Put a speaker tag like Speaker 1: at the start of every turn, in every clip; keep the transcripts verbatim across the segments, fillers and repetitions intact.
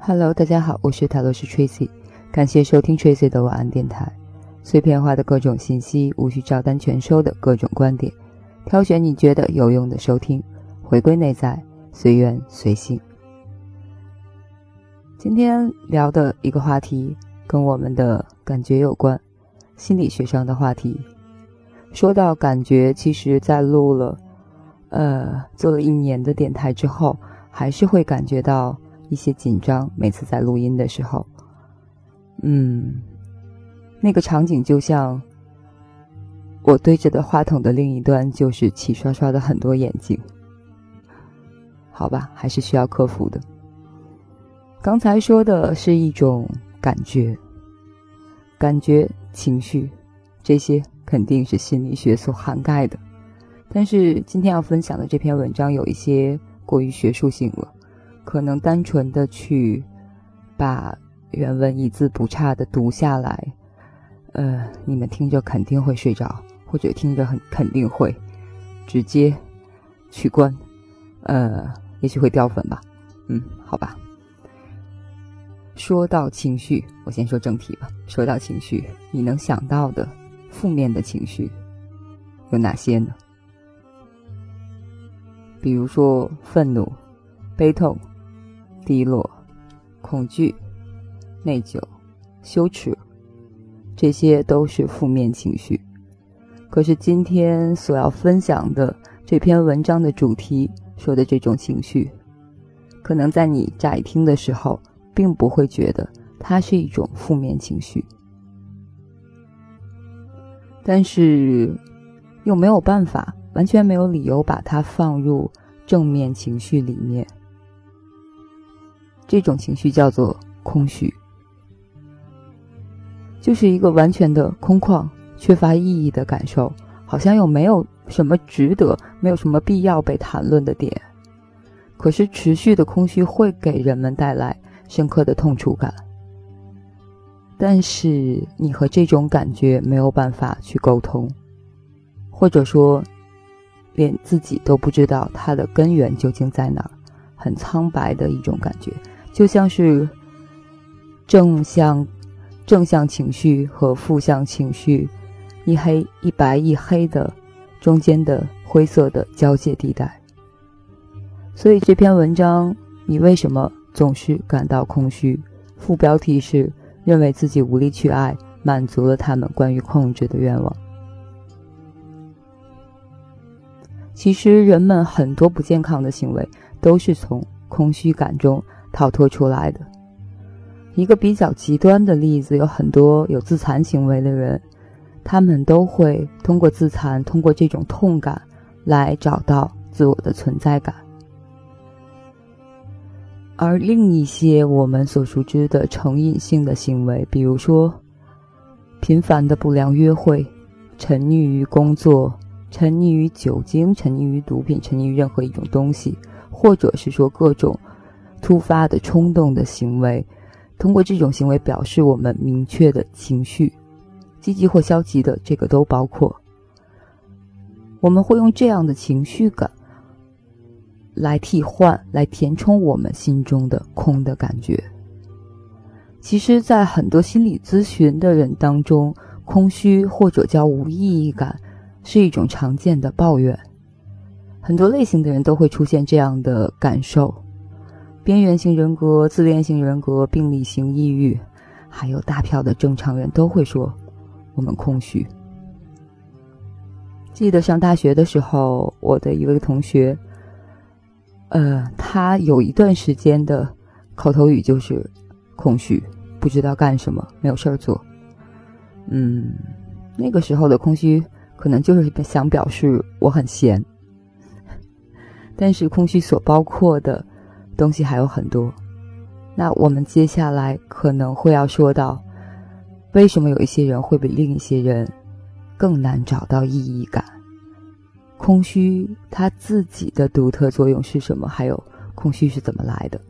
Speaker 1: Hello， 大家好，我是塔罗师 Tracy， 感谢收听 Tracy 的晚安电台。碎片化的各种信息，无需照单全收的各种观点，挑选你觉得有用的收听，回归内在，随缘随性。今天聊的一个话题跟我们的感觉有关，心理学上的话题。说到感觉，其实在录了呃做了一年的电台之后，还是会感觉到一些紧张，每次在录音的时候，嗯，那个场景就像我对着的话筒的另一端就是齐刷刷的很多眼睛，好吧，还是需要克服的。刚才说的是一种感觉，感觉、情绪，这些肯定是心理学所涵盖的。但是今天要分享的这篇文章有一些过于学术性了，可能单纯的去把原文一字不差的读下来，呃，你们听着肯定会睡着，或者听着很肯定会直接取关，呃，也许会掉粉吧，嗯，好吧。说到情绪，我先说正题吧。说到情绪，你能想到的负面的情绪有哪些呢？比如说愤怒、悲痛、低落、恐惧、内疚、羞耻，这些都是负面情绪。可是今天所要分享的这篇文章的主题说的这种情绪，可能在你乍一听的时候并不会觉得它是一种负面情绪，但是又没有办法，完全没有理由把它放入正面情绪里面。这种情绪叫做空虚，就是一个完全的空旷、缺乏意义的感受，好像又没有什么值得，没有什么必要被谈论的点。可是持续的空虚会给人们带来深刻的痛楚感，但是你和这种感觉没有办法去沟通，或者说连自己都不知道它的根源究竟在哪儿，很苍白的一种感觉，就像是正向正向情绪和负向情绪一黑一白一黑的中间的灰色的交界地带。所以这篇文章，你为什么总是感到空虚？副标题是认为自己无力去爱，满足了他们关于控制的愿望。其实人们很多不健康的行为都是从空虚感中逃脱出来的。一个比较极端的例子，有很多有自残行为的人，他们都会通过自残，通过这种痛感来找到自我的存在感。而另一些我们所熟知的成瘾性的行为，比如说频繁的不良约会、沉溺于工作、沉溺于酒精、沉溺于毒品、沉溺于任何一种东西，或者是说各种突发的冲动的行为，通过这种行为表示我们明确的情绪，积极或消极的，这个都包括。我们会用这样的情绪感来替换，来填充我们心中的空的感觉。其实在很多心理咨询的人当中，空虚或者叫无意义感是一种常见的抱怨。很多类型的人都会出现这样的感受，边缘型人格、自恋型人格、病理型抑郁，还有大票的正常人都会说我们空虚。记得上大学的时候，我的一位同学呃，他有一段时间的口头语就是空虚，不知道干什么，没有事儿做。嗯，那个时候的空虚可能就是想表示我很闲，但是空虚所包括的东西还有很多。那我们接下来可能会要说到，为什么有一些人会比另一些人更难找到意义感，空虚它自己的独特作用是什么，还有空虚是怎么来的。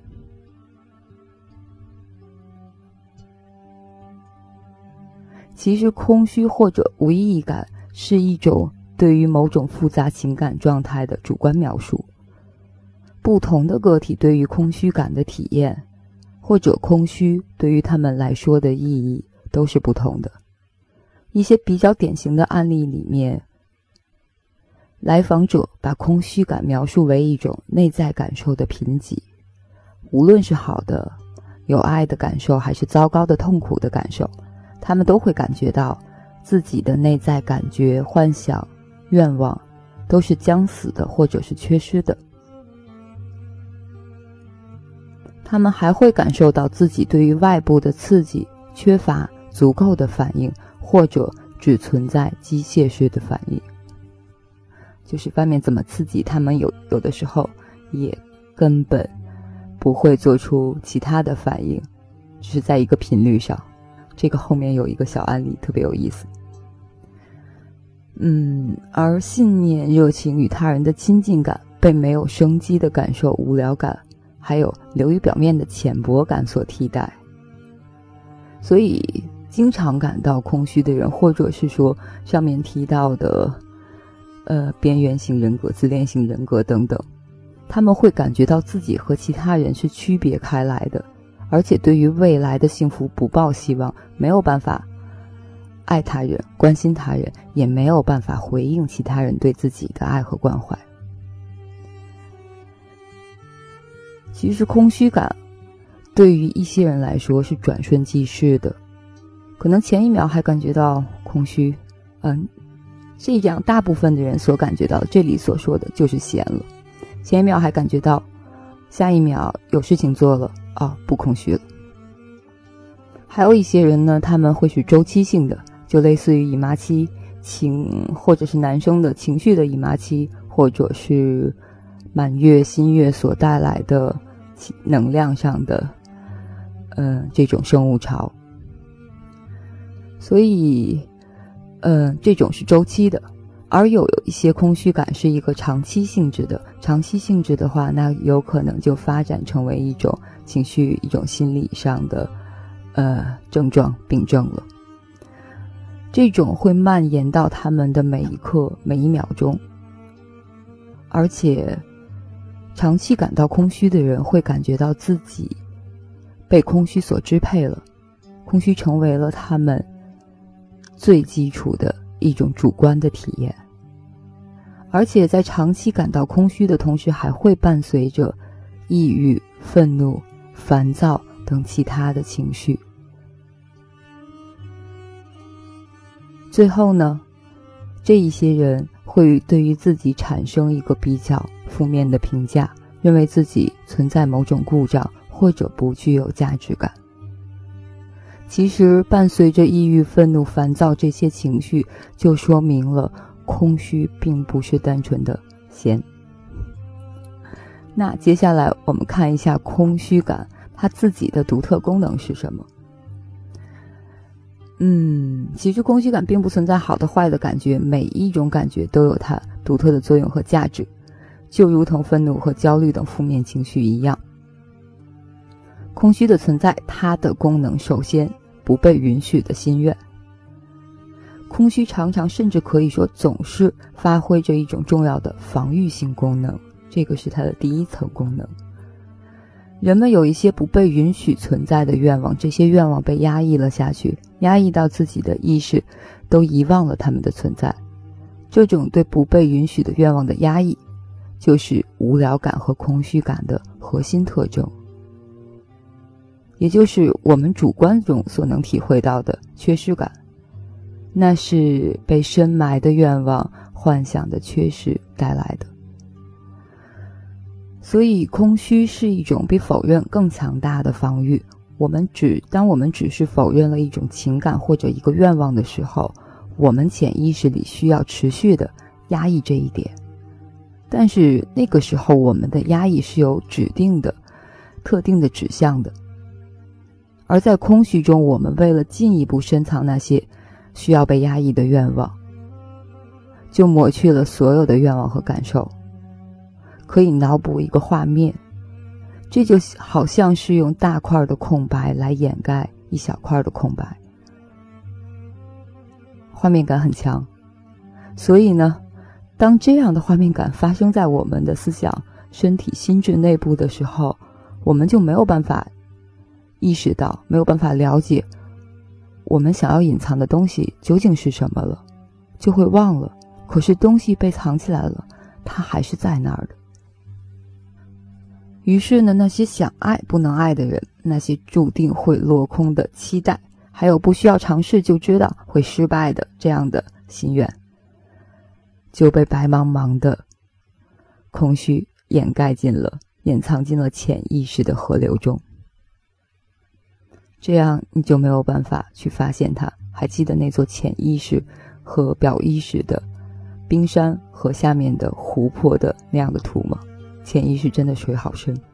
Speaker 1: 其实空虚或者无意义感是一种对于某种复杂情感状态的主观描述，不同的个体对于空虚感的体验或者空虚，对于他们来说的意义都是不同的。一些比较典型的案例里面，来访者把空虚感描述为一种内在感受的贫瘠，无论是好的有爱的感受，还是糟糕的痛苦的感受，他们都会感觉到自己的内在感觉、幻想、愿望都是将死的，或者是缺失的。他们还会感受到自己对于外部的刺激缺乏足够的反应，或者只存在机械式的反应，就是外面怎么刺激，他们有有的时候也根本不会做出其他的反应，只是在一个频率上。这个后面有一个小案例特别有意思。嗯，而信念、热情与他人的亲近感被没有生机的感受、无聊感，还有流于表面的浅薄感所替代。所以经常感到空虚的人，或者是说上面提到的呃边缘型人格、自恋型人格等等，他们会感觉到自己和其他人是区别开来的，而且对于未来的幸福不抱希望，没有办法爱他人、关心他人，也没有办法回应其他人对自己的爱和关怀。其实空虚感对于一些人来说是转瞬即逝的，可能前一秒还感觉到空虚，嗯，这样大部分的人所感觉到的，这里所说的就是闲了。前一秒还感觉到，下一秒有事情做了，哦，不空虚了。还有一些人呢，他们会是周期性的，就类似于姨妈期情，或者是男生的情绪的姨妈期，或者是满月、新月所带来的能量上的呃这种生物潮。所以呃这种是周期的。而有一些空虚感是一个长期性质的，长期性质的话，那有可能就发展成为一种情绪、一种心理上的呃症状、病症了。这种会蔓延到他们的每一刻、每一秒钟，而且长期感到空虚的人会感觉到自己被空虚所支配了，空虚成为了他们最基础的一种主观的体验。而且在长期感到空虚的同时，还会伴随着抑郁、愤怒、烦躁等其他的情绪。最后呢，这一些人会对于自己产生一个比较负面的评价，认为自己存在某种故障，或者不具有价值感。其实伴随着抑郁、愤怒、烦躁这些情绪，就说明了空虚并不是单纯的闲。那接下来我们看一下空虚感它自己的独特功能是什么。嗯，其实空虚感并不存在好的坏的感觉，每一种感觉都有它独特的作用和价值，就如同愤怒和焦虑等负面情绪一样。空虚的存在，它的功能首先不被允许的心愿。空虚常常甚至可以说总是发挥着一种重要的防御性功能，这个是它的第一层功能。人们有一些不被允许存在的愿望，这些愿望被压抑了下去，压抑到自己的意识都遗忘了他们的存在。这种对不被允许的愿望的压抑，就是无聊感和空虚感的核心特征，也就是我们主观中所能体会到的缺失感。那是被深埋的愿望、幻想的缺失带来的。所以空虚是一种比否认更强大的防御。我们只当我们只是否认了一种情感或者一个愿望的时候，我们潜意识里需要持续的压抑这一点。但是那个时候我们的压抑是有指定的、特定的指向的。而在空虚中，我们为了进一步深藏那些需要被压抑的愿望，就抹去了所有的愿望和感受。可以脑补一个画面，这就好像是用大块的空白来掩盖一小块的空白，画面感很强。所以呢，当这样的画面感发生在我们的思想、身体、心智内部的时候，我们就没有办法意识到，没有办法了解我们想要隐藏的东西究竟是什么了，就会忘了。可是东西被藏起来了，它还是在那儿的。于是呢，那些想爱不能爱的人，那些注定会落空的期待，还有不需要尝试就知道会失败的这样的心愿，就被白茫茫的空虚掩盖进了掩藏进了潜意识的河流中。这样你就没有办法去发现它。还记得那座潜意识和表意识的冰山和下面的湖泊的那样的图吗？潜意识真的水好深。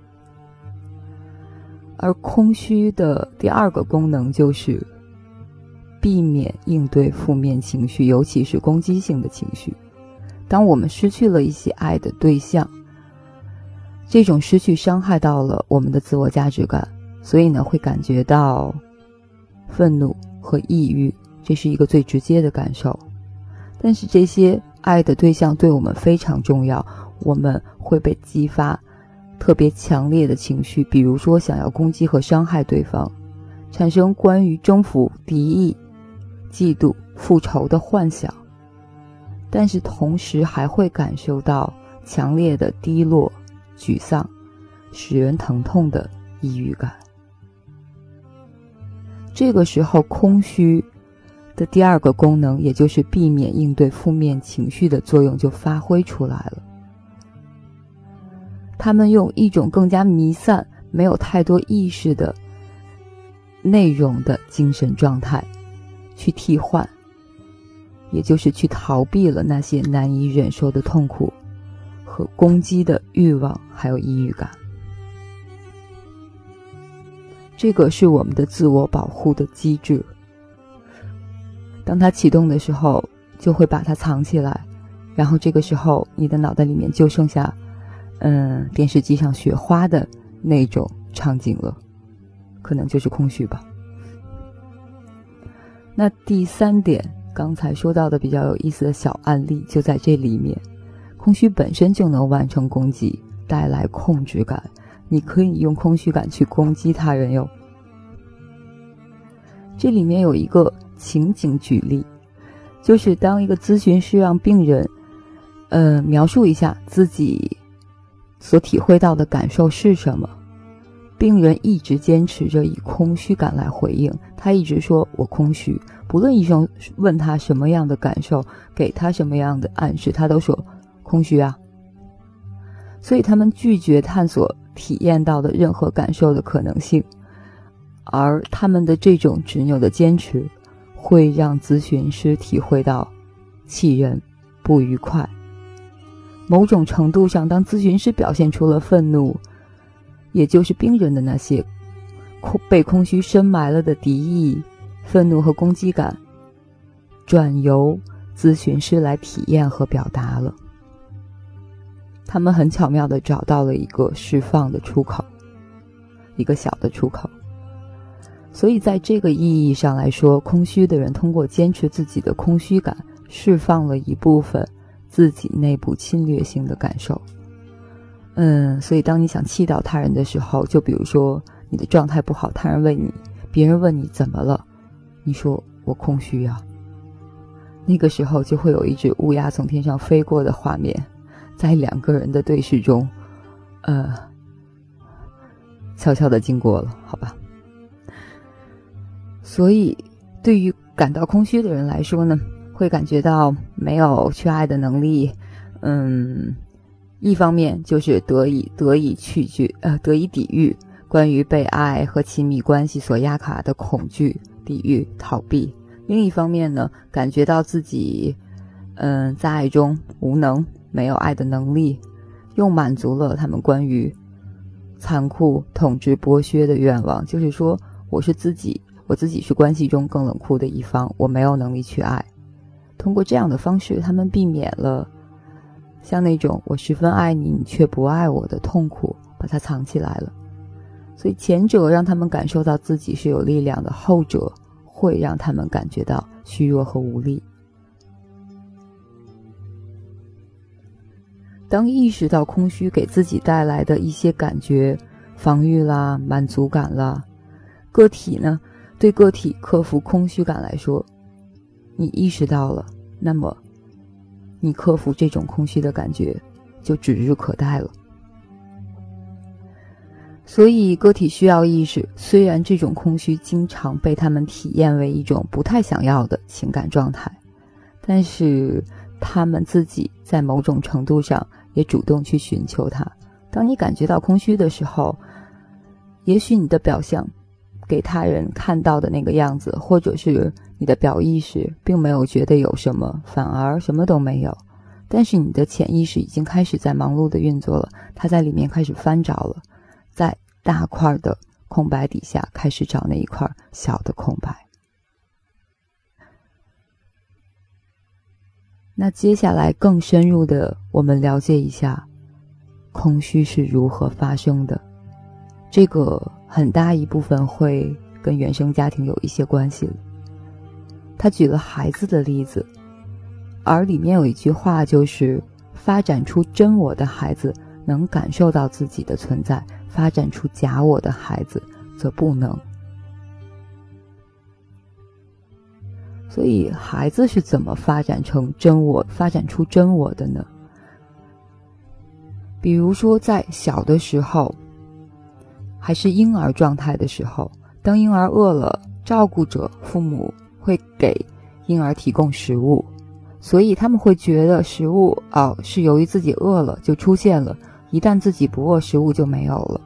Speaker 1: 而空虚的第二个功能就是避免应对负面情绪，尤其是攻击性的情绪。当我们失去了一些爱的对象，这种失去伤害到了我们的自我价值感，所以呢会感觉到愤怒和抑郁，这是一个最直接的感受。但是这些爱的对象对我们非常重要，我们会被激发特别强烈的情绪，比如说想要攻击和伤害对方，产生关于征服、敌意、嫉妒、复仇的幻想，但是同时还会感受到强烈的低落、沮丧，使人疼痛的抑郁感。这个时候空虚的第二个功能，也就是避免应对负面情绪的作用就发挥出来了。他们用一种更加弥散、没有太多意识的内容的精神状态去替换，也就是去逃避了那些难以忍受的痛苦和攻击的欲望，还有抑郁感。这个是我们的自我保护的机制，当它启动的时候就会把它藏起来，然后这个时候你的脑袋里面就剩下嗯，电视机上雪花的那种场景了，可能就是空虚吧。那第三点，刚才说到的比较有意思的小案例就在这里面。空虚本身就能完成攻击，带来控制感，你可以用空虚感去攻击他人哟。这里面有一个情景举例，就是当一个咨询师让病人呃，描述一下自己所体会到的感受是什么，病人一直坚持着以空虚感来回应，他一直说我空虚，不论医生问他什么样的感受，给他什么样的暗示，他都说空虚啊。所以他们拒绝探索体验到的任何感受的可能性，而他们的这种执拗的坚持会让咨询师体会到气人、不愉快。某种程度上，当咨询师表现出了愤怒，也就是病人的那些被空虚深埋了的敌意、愤怒和攻击感，转由咨询师来体验和表达了。他们很巧妙地找到了一个释放的出口，一个小的出口。所以在这个意义上来说，空虚的人通过坚持自己的空虚感，释放了一部分自己内部侵略性的感受。嗯，所以当你想气到他人的时候，就比如说你的状态不好，他人问你，别人问你怎么了，你说我空虚啊，那个时候就会有一只乌鸦从天上飞过的画面，在两个人的对视中呃，悄悄地经过了，好吧。所以对于感到空虚的人来说呢，会感觉到没有去爱的能力。嗯，一方面就是得以得以去拒呃得以抵御关于被爱和亲密关系所压垮的恐惧、抵御、逃避；另一方面呢，感觉到自己嗯在爱中无能，没有爱的能力，又满足了他们关于残酷、统治、剥削的愿望，就是说我是自己我自己是关系中更冷酷的一方，我没有能力去爱。通过这样的方式，他们避免了像那种我十分爱你，你却不爱我的痛苦，把它藏起来了。所以前者让他们感受到自己是有力量的，后者会让他们感觉到虚弱和无力。当意识到空虚给自己带来的一些感觉，防御啦、满足感啦， 个体呢，对个体克服空虚感来说，你意识到了，那么你克服这种空虚的感觉就指日可待了。所以个体需要意识，虽然这种空虚经常被他们体验为一种不太想要的情感状态，但是他们自己在某种程度上也主动去寻求它。当你感觉到空虚的时候，也许你的表象给他人看到的那个样子，或者是你的表意识并没有觉得有什么，反而什么都没有，但是你的潜意识已经开始在忙碌的运作了，它在里面开始翻找了，在大块的空白底下开始找那一块小的空白。那接下来更深入的我们了解一下空虚是如何发生的，这个很大一部分会跟原生家庭有一些关系了。他举了孩子的例子，而里面有一句话，就是发展出真我的孩子能感受到自己的存在，发展出假我的孩子则不能。所以孩子是怎么发展成真我，发展出真我的呢？比如说在小的时候，还是婴儿状态的时候，当婴儿饿了，照顾者父母会给婴儿提供食物，所以他们会觉得食物哦是由于自己饿了就出现了，一旦自己不饿，食物就没有了。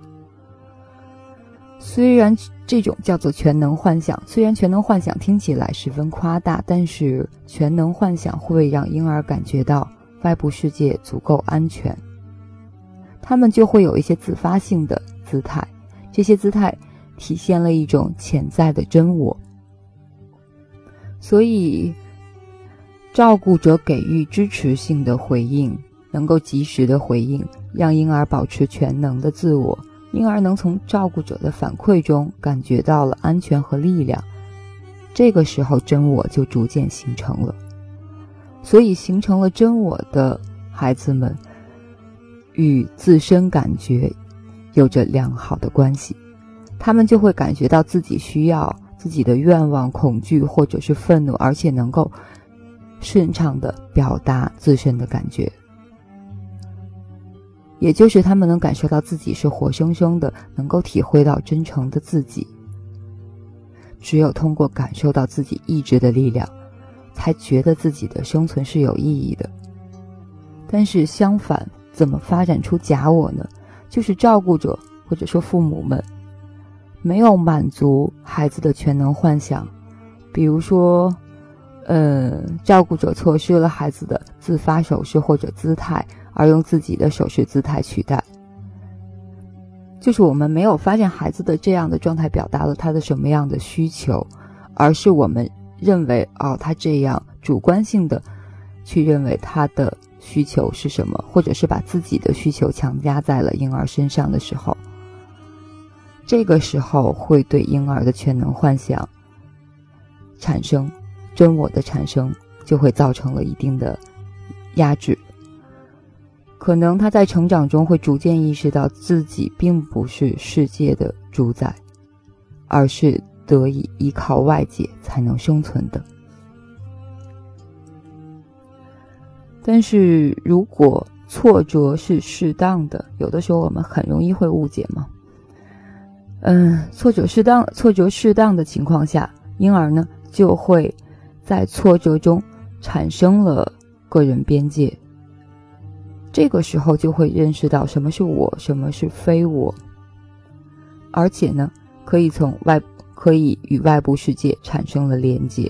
Speaker 1: 虽然这种叫做全能幻想，虽然全能幻想听起来十分夸大，但是全能幻想会让婴儿感觉到外部世界足够安全，他们就会有一些自发性的姿态，这些姿态体现了一种潜在的真我。所以照顾者给予支持性的回应，能够及时的回应，让婴儿保持全能的自我，婴儿能从照顾者的反馈中感觉到了安全和力量，这个时候真我就逐渐形成了。所以形成了真我的孩子们与自身感觉有着良好的关系，他们就会感觉到自己需要，自己的愿望、恐惧或者是愤怒，而且能够顺畅地表达自身的感觉，也就是他们能感受到自己是活生生的，能够体会到真诚的自己。只有通过感受到自己意志的力量，才觉得自己的生存是有意义的。但是相反，怎么发展出假我呢？就是照顾者或者说父母们没有满足孩子的全能幻想，比如说呃，照顾者错失了孩子的自发手势或者姿态，而用自己的手势姿态取代。就是我们没有发现孩子的这样的状态表达了他的什么样的需求，而是我们认为哦，他这样主观性的去认为他的需求是什么，或者是把自己的需求强加在了婴儿身上的时候，这个时候会对婴儿的全能幻想产生真我的产生，就会造成了一定的压制。可能他在成长中会逐渐意识到自己并不是世界的主宰，而是得以依靠外界才能生存的。但是如果挫折是适当的，有的时候我们很容易会误解嘛。嗯，挫折适当挫折适当的情况下，婴儿呢就会在挫折中产生了个人边界，这个时候就会认识到什么是我，什么是非我，而且呢可以从外可以与外部世界产生了连接。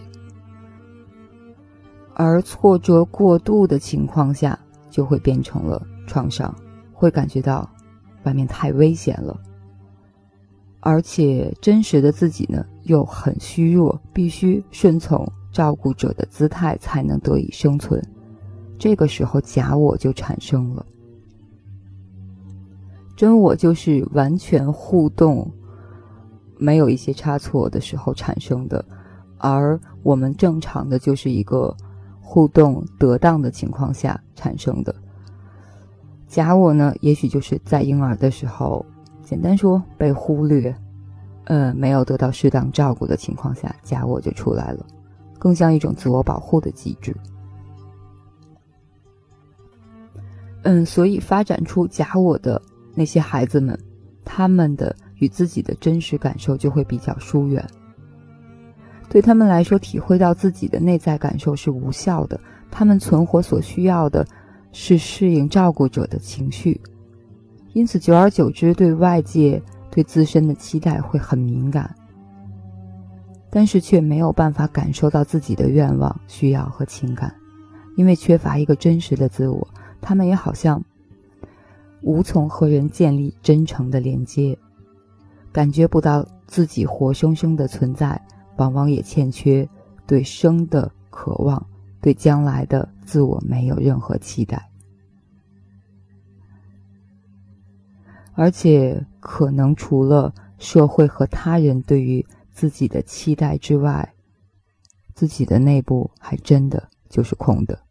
Speaker 1: 而挫折过度的情况下，就会变成了创伤，会感觉到外面太危险了，而且真实的自己呢又很虚弱，必须顺从照顾者的姿态才能得以生存，这个时候假我就产生了。真我就是完全互动没有一些差错的时候产生的，而我们正常的就是一个互动得当的情况下产生的。假我呢，也许就是在婴儿的时候，简单说被忽略， 呃，没有得到适当照顾的情况下，假我就出来了，更像一种自我保护的机制。嗯，所以发展出假我的那些孩子们，他们的与自己的真实感受就会比较疏远。对他们来说，体会到自己的内在感受是无效的，他们存活所需要的是适应照顾者的情绪，因此久而久之，对外界对自身的期待会很敏感，但是却没有办法感受到自己的愿望、需要和情感，因为缺乏一个真实的自我，他们也好像无从和人建立真诚的连接，感觉不到自己活生生的存在，往往也欠缺对生的渴望，对将来的自我没有任何期待。而且可能除了社会和他人对于自己的期待之外，自己的内部还真的就是空的。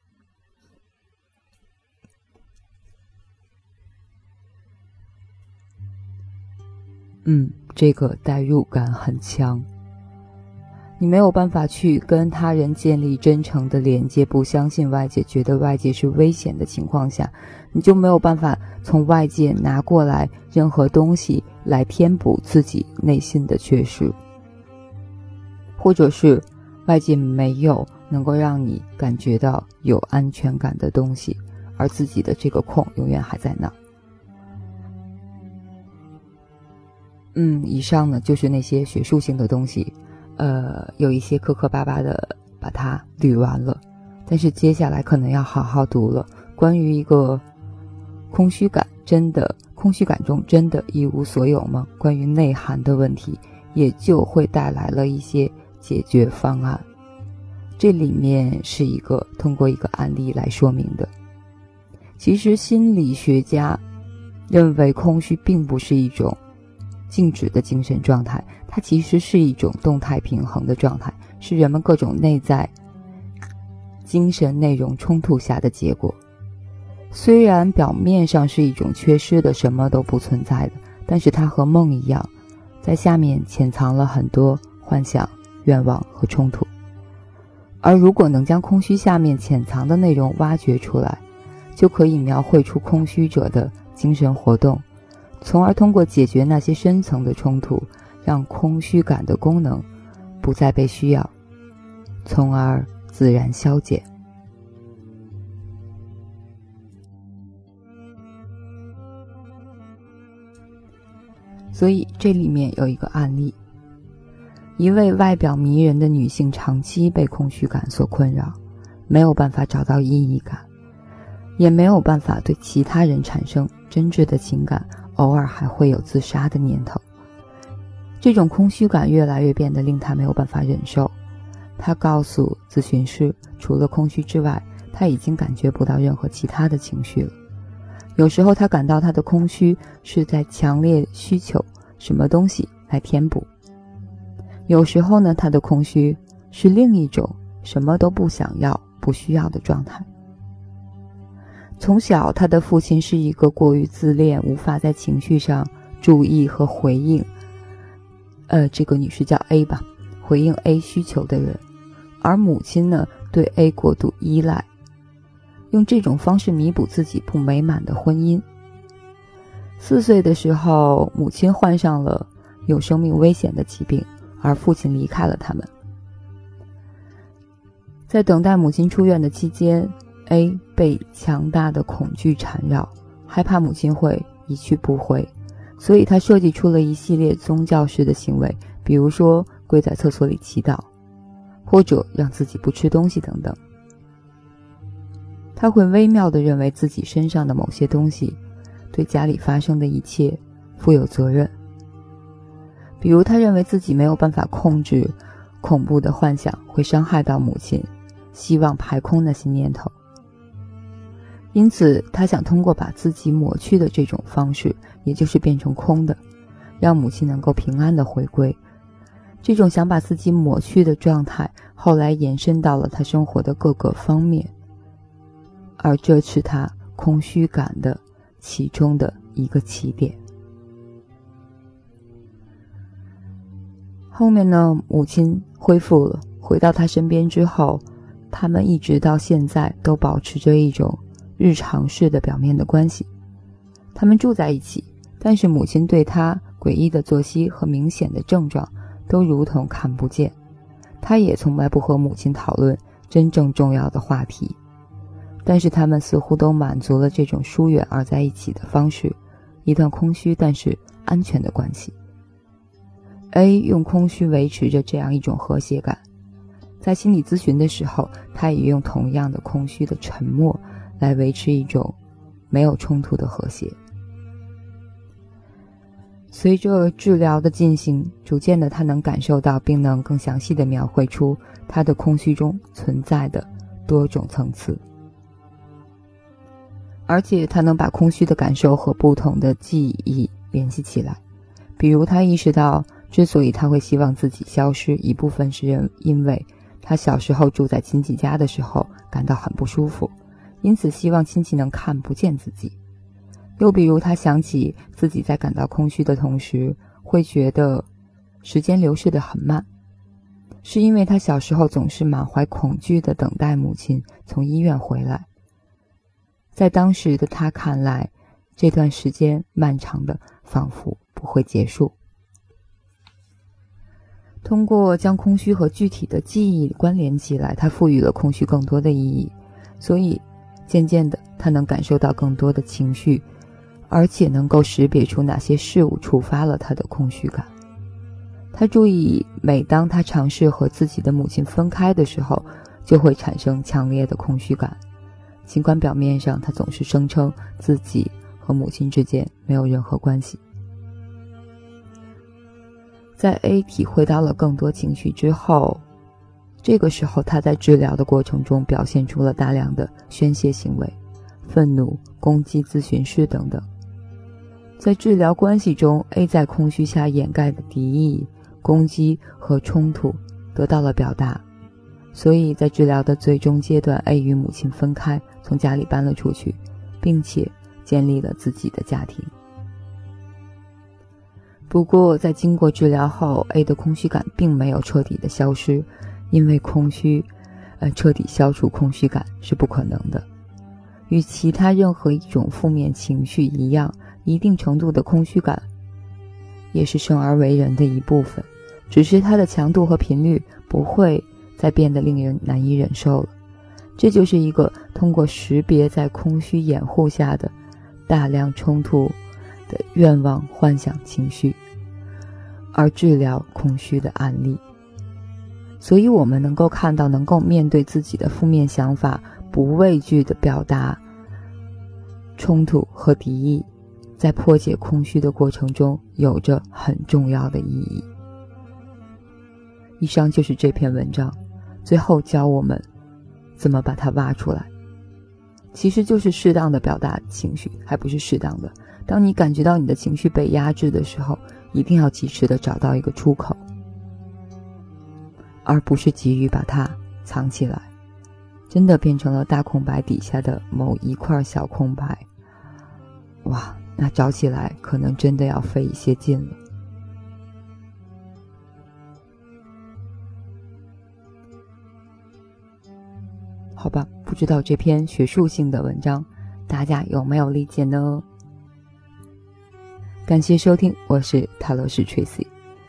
Speaker 1: 嗯，这个代入感很强。你没有办法去跟他人建立真诚的连接，不相信外界，觉得外界是危险的情况下，你就没有办法从外界拿过来任何东西来填补自己内心的缺失，或者是外界没有能够让你感觉到有安全感的东西，而自己的这个空永远还在那。嗯，以上呢就是那些学术性的东西，呃，有一些磕磕巴巴的把它捋完了，但是接下来可能要好好读了。关于一个空虚感，真的空虚感中真的一无所有吗？关于内涵的问题，也就会带来了一些解决方案。这里面是一个通过一个案例来说明的。其实心理学家认为空虚并不是一种静止的精神状态，它其实是一种动态平衡的状态，是人们各种内在精神内容冲突下的结果。虽然表面上是一种缺失的，什么都不存在的，但是它和梦一样，在下面潜藏了很多幻想、愿望和冲突。而如果能将空虚下面潜藏的内容挖掘出来，就可以描绘出空虚者的精神活动，从而通过解决那些深层的冲突，让空虚感的功能不再被需要，从而自然消减。所以这里面有一个案例，一位外表迷人的女性长期被空虚感所困扰，没有办法找到意义感，也没有办法对其他人产生真挚的情感，偶尔还会有自杀的念头。这种空虚感越来越变得令她没有办法忍受。她告诉咨询师，除了空虚之外，她已经感觉不到任何其他的情绪了。有时候她感到她的空虚是在强烈需求什么东西来填补，有时候呢，她的空虚是另一种什么都不想要、不需要的状态。从小，她的父亲是一个过于自恋，无法在情绪上注意和回应呃，这个女士叫 A 吧，回应 A 需求的人，而母亲呢，对 A 过度依赖，用这种方式弥补自己不美满的婚姻。四岁的时候，母亲患上了有生命危险的疾病，而父亲离开了他们。在等待母亲出院的期间， A 被强大的恐惧缠绕，害怕母亲会一去不回，所以他设计出了一系列宗教式的行为，比如说跪在厕所里祈祷，或者让自己不吃东西等等。他会微妙地认为自己身上的某些东西对家里发生的一切负有责任，比如他认为自己没有办法控制恐怖的幻想会伤害到母亲，希望排空那些念头。因此他想通过把自己抹去的这种方式，也就是变成空的，让母亲能够平安地回归。这种想把自己抹去的状态后来延伸到了他生活的各个方面，而这是他空虚感的其中的一个起点。 后面呢，母亲恢复了，回到他身边之后，他们一直到现在都保持着一种日常式的表面的关系。他们住在一起，但是母亲对他诡异的作息和明显的症状都如同看不见。他也从来不和母亲讨论真正重要的话题，但是他们似乎都满足了这种疏远而在一起的方式，一段空虚但是安全的关系。A 用空虚维持着这样一种和谐感，在心理咨询的时候，他也用同样的空虚的沉默来维持一种没有冲突的和谐。随着治疗的进行，逐渐的他能感受到并能更详细的描绘出他的空虚中存在的多种层次，而且他能把空虚的感受和不同的记忆联系起来。比如他意识到，之所以他会希望自己消失，一部分是因为他小时候住在亲戚家的时候感到很不舒服，因此希望亲戚能看不见自己。又比如他想起自己在感到空虚的同时，会觉得时间流逝得很慢，是因为他小时候总是满怀恐惧地等待母亲从医院回来。在当时的他看来，这段时间漫长的仿佛不会结束。通过将空虚和具体的记忆关联起来，他赋予了空虚更多的意义，所以渐渐的他能感受到更多的情绪，而且能够识别出哪些事物触发了他的空虚感。他注意，每当他尝试和自己的母亲分开的时候，就会产生强烈的空虚感，尽管表面上他总是声称自己和母亲之间没有任何关系。在 A 体会到了更多情绪之后，这个时候他在治疗的过程中表现出了大量的宣泄行为，愤怒、攻击咨询师等等。在治疗关系中， A 在空虚下掩盖的敌意、攻击和冲突得到了表达，所以在治疗的最终阶段， A 与母亲分开，从家里搬了出去，并且建立了自己的家庭。不过在经过治疗后， A 的空虚感并没有彻底的消失，因为空虚呃，彻底消除空虚感是不可能的。与其他任何一种负面情绪一样，一定程度的空虚感也是生而为人的一部分，只是它的强度和频率不会再变得令人难以忍受了。这就是一个通过识别在空虚掩护下的大量冲突的愿望、幻想、情绪，而治疗空虚的案例。所以我们能够看到，能够面对自己的负面想法，不畏惧地表达冲突和敌意，在破解空虚的过程中有着很重要的意义。以上就是这篇文章，最后教我们怎么把它挖出来。其实就是适当的表达情绪，还不是适当的。当你感觉到你的情绪被压制的时候，一定要及时的找到一个出口，而不是急于把它藏起来，真的变成了大空白底下的某一块小空白。哇，那找起来可能真的要费一些劲了。好吧，不知道这篇学术性的文章大家有没有理解呢？感谢收听，我是塔罗师 Tracy，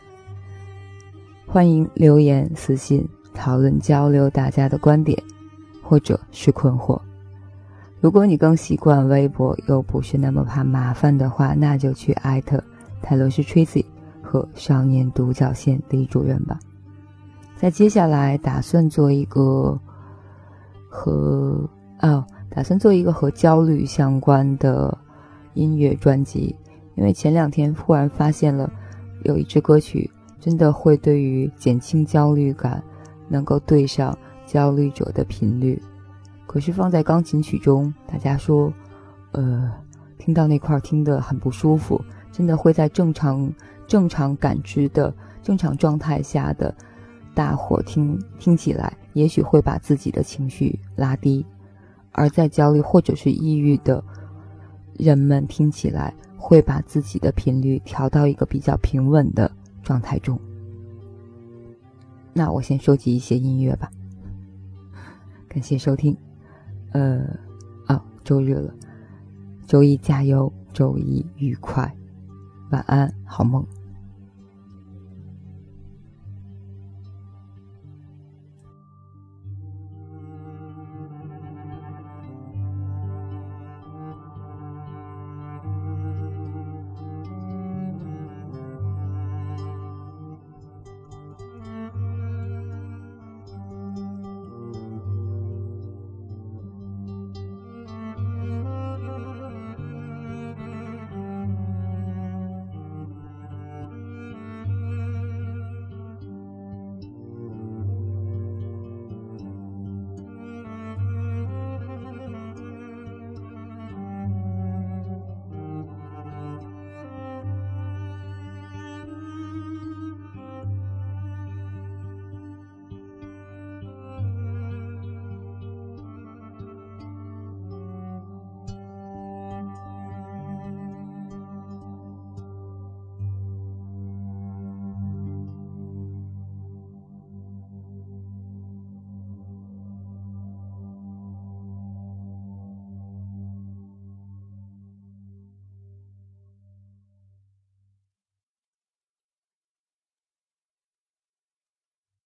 Speaker 1: 欢迎留言私信讨论交流大家的观点或者是困惑。如果你更习惯微博又不是那么怕麻烦的话，那就去艾特塔罗师 Tracy 和少年独角仙李主任吧。在接下来打算做一个和哦，打算做一个和焦虑相关的音乐专辑，因为前两天忽然发现了有一支歌曲真的会对于减轻焦虑感能够对上焦虑者的频率，可是放在钢琴曲中，大家说呃，听到那块听得很不舒服，真的会在正常正常感知的正常状态下的大伙听听起来也许会把自己的情绪拉低，而在焦虑或者是抑郁的人们听起来会把自己的频率调到一个比较平稳的状态中。 那我先收集一些音乐吧。感谢收听。呃，啊，周日了，周一加油，周一愉快，晚安，好梦。